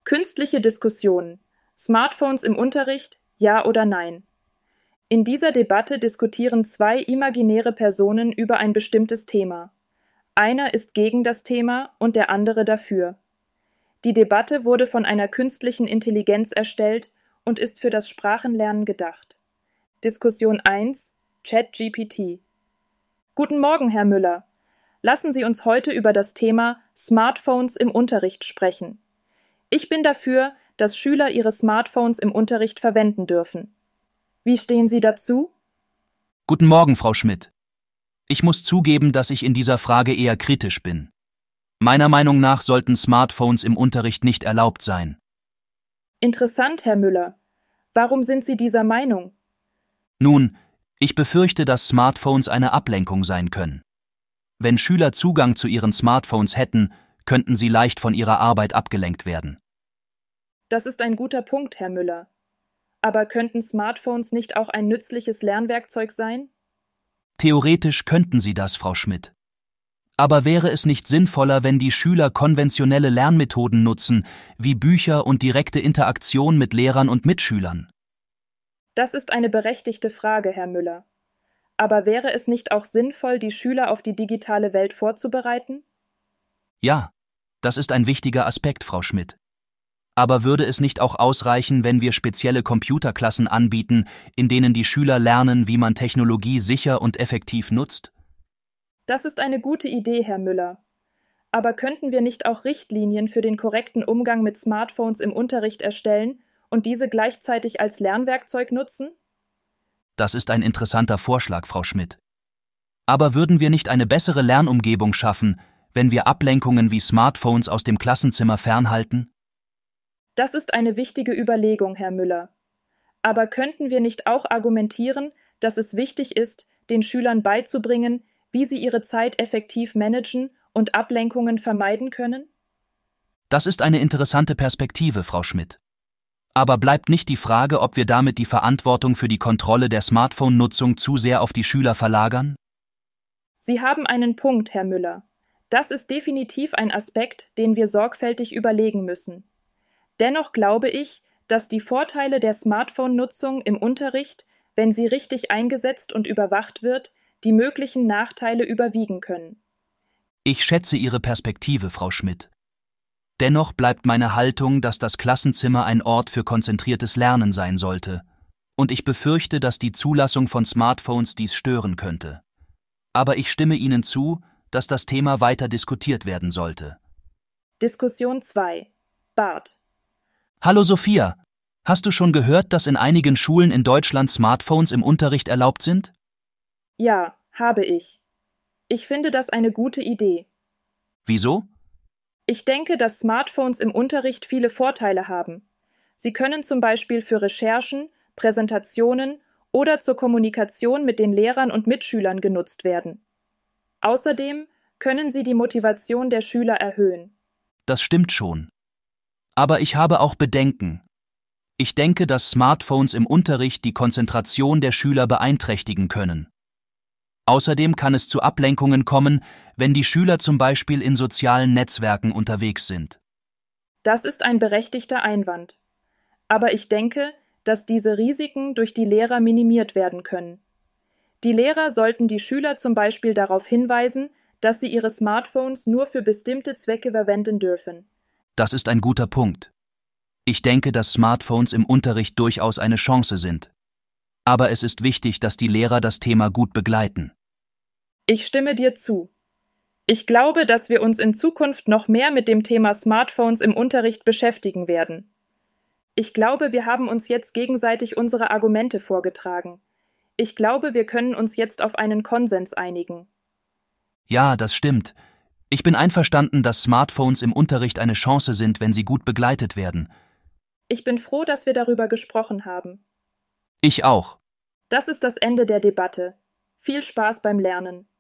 Künstliche Diskussion. Smartphones im Unterricht, ja oder nein? In dieser Debatte diskutieren zwei imaginäre Personen über ein bestimmtes Thema. Einer ist gegen das Thema und der andere dafür. Die Debatte wurde von einer künstlichen Intelligenz erstellt und ist für das Sprachenlernen gedacht. Diskussion 1: ChatGPT. Guten Morgen, Herr Müller. Lassen Sie uns heute über das Thema Smartphones im Unterricht sprechen. Ich bin dafür, dass Schüler ihre Smartphones im Unterricht verwenden dürfen. Wie stehen Sie dazu? Guten Morgen, Frau Schmidt. Ich muss zugeben, dass ich in dieser Frage eher kritisch bin. Meiner Meinung nach sollten Smartphones im Unterricht nicht erlaubt sein. Interessant, Herr Müller. Warum sind Sie dieser Meinung? Nun, ich befürchte, dass Smartphones eine Ablenkung sein können. Wenn Schüler Zugang zu ihren Smartphones hätten, könnten sie leicht von ihrer Arbeit abgelenkt werden. Das ist ein guter Punkt, Herr Müller. Aber könnten Smartphones nicht auch ein nützliches Lernwerkzeug sein? Theoretisch könnten sie das, Frau Schmidt. Aber wäre es nicht sinnvoller, wenn die Schüler konventionelle Lernmethoden nutzen, wie Bücher und direkte Interaktion mit Lehrern und Mitschülern? Das ist eine berechtigte Frage, Herr Müller. Aber wäre es nicht auch sinnvoll, die Schüler auf die digitale Welt vorzubereiten? Ja, das ist ein wichtiger Aspekt, Frau Schmidt. Aber würde es nicht auch ausreichen, wenn wir spezielle Computerklassen anbieten, in denen die Schüler lernen, wie man Technologie sicher und effektiv nutzt? Das ist eine gute Idee, Herr Müller. Aber könnten wir nicht auch Richtlinien für den korrekten Umgang mit Smartphones im Unterricht erstellen und diese gleichzeitig als Lernwerkzeug nutzen? Das ist ein interessanter Vorschlag, Frau Schmidt. Aber würden wir nicht eine bessere Lernumgebung schaffen, wenn wir Ablenkungen wie Smartphones aus dem Klassenzimmer fernhalten? Das ist eine wichtige Überlegung, Herr Müller. Aber könnten wir nicht auch argumentieren, dass es wichtig ist, den Schülern beizubringen, wie sie ihre Zeit effektiv managen und Ablenkungen vermeiden können? Das ist eine interessante Perspektive, Frau Schmidt. Aber bleibt nicht die Frage, ob wir damit die Verantwortung für die Kontrolle der Smartphone-Nutzung zu sehr auf die Schüler verlagern? Sie haben einen Punkt, Herr Müller. Das ist definitiv ein Aspekt, den wir sorgfältig überlegen müssen. Dennoch glaube ich, dass die Vorteile der Smartphone-Nutzung im Unterricht, wenn sie richtig eingesetzt und überwacht wird, die möglichen Nachteile überwiegen können. Ich schätze Ihre Perspektive, Frau Schmidt. Dennoch bleibt meine Haltung, dass das Klassenzimmer ein Ort für konzentriertes Lernen sein sollte. Und ich befürchte, dass die Zulassung von Smartphones dies stören könnte. Aber ich stimme Ihnen zu, dass das Thema weiter diskutiert werden sollte. Diskussion 2. Bart. Hallo Sophia, hast du schon gehört, dass in einigen Schulen in Deutschland Smartphones im Unterricht erlaubt sind? Ja, habe ich. Ich finde das eine gute Idee. Wieso? Ich denke, dass Smartphones im Unterricht viele Vorteile haben. Sie können zum Beispiel für Recherchen, Präsentationen oder zur Kommunikation mit den Lehrern und Mitschülern genutzt werden. Außerdem können sie die Motivation der Schüler erhöhen. Das stimmt schon. Aber ich habe auch Bedenken. Ich denke, dass Smartphones im Unterricht die Konzentration der Schüler beeinträchtigen können. Außerdem kann es zu Ablenkungen kommen, wenn die Schüler zum Beispiel in sozialen Netzwerken unterwegs sind. Das ist ein berechtigter Einwand. Aber ich denke, dass diese Risiken durch die Lehrer minimiert werden können. Die Lehrer sollten die Schüler zum Beispiel darauf hinweisen, dass sie ihre Smartphones nur für bestimmte Zwecke verwenden dürfen. Das ist ein guter Punkt. Ich denke, dass Smartphones im Unterricht durchaus eine Chance sind. Aber es ist wichtig, dass die Lehrer das Thema gut begleiten. Ich stimme dir zu. Ich glaube, dass wir uns in Zukunft noch mehr mit dem Thema Smartphones im Unterricht beschäftigen werden. Ich glaube, wir haben uns jetzt gegenseitig unsere Argumente vorgetragen. Ich glaube, wir können uns jetzt auf einen Konsens einigen. Ja, das stimmt. Ich bin einverstanden, dass Smartphones im Unterricht eine Chance sind, wenn sie gut begleitet werden. Ich bin froh, dass wir darüber gesprochen haben. Ich auch. Das ist das Ende der Debatte. Viel Spaß beim Lernen.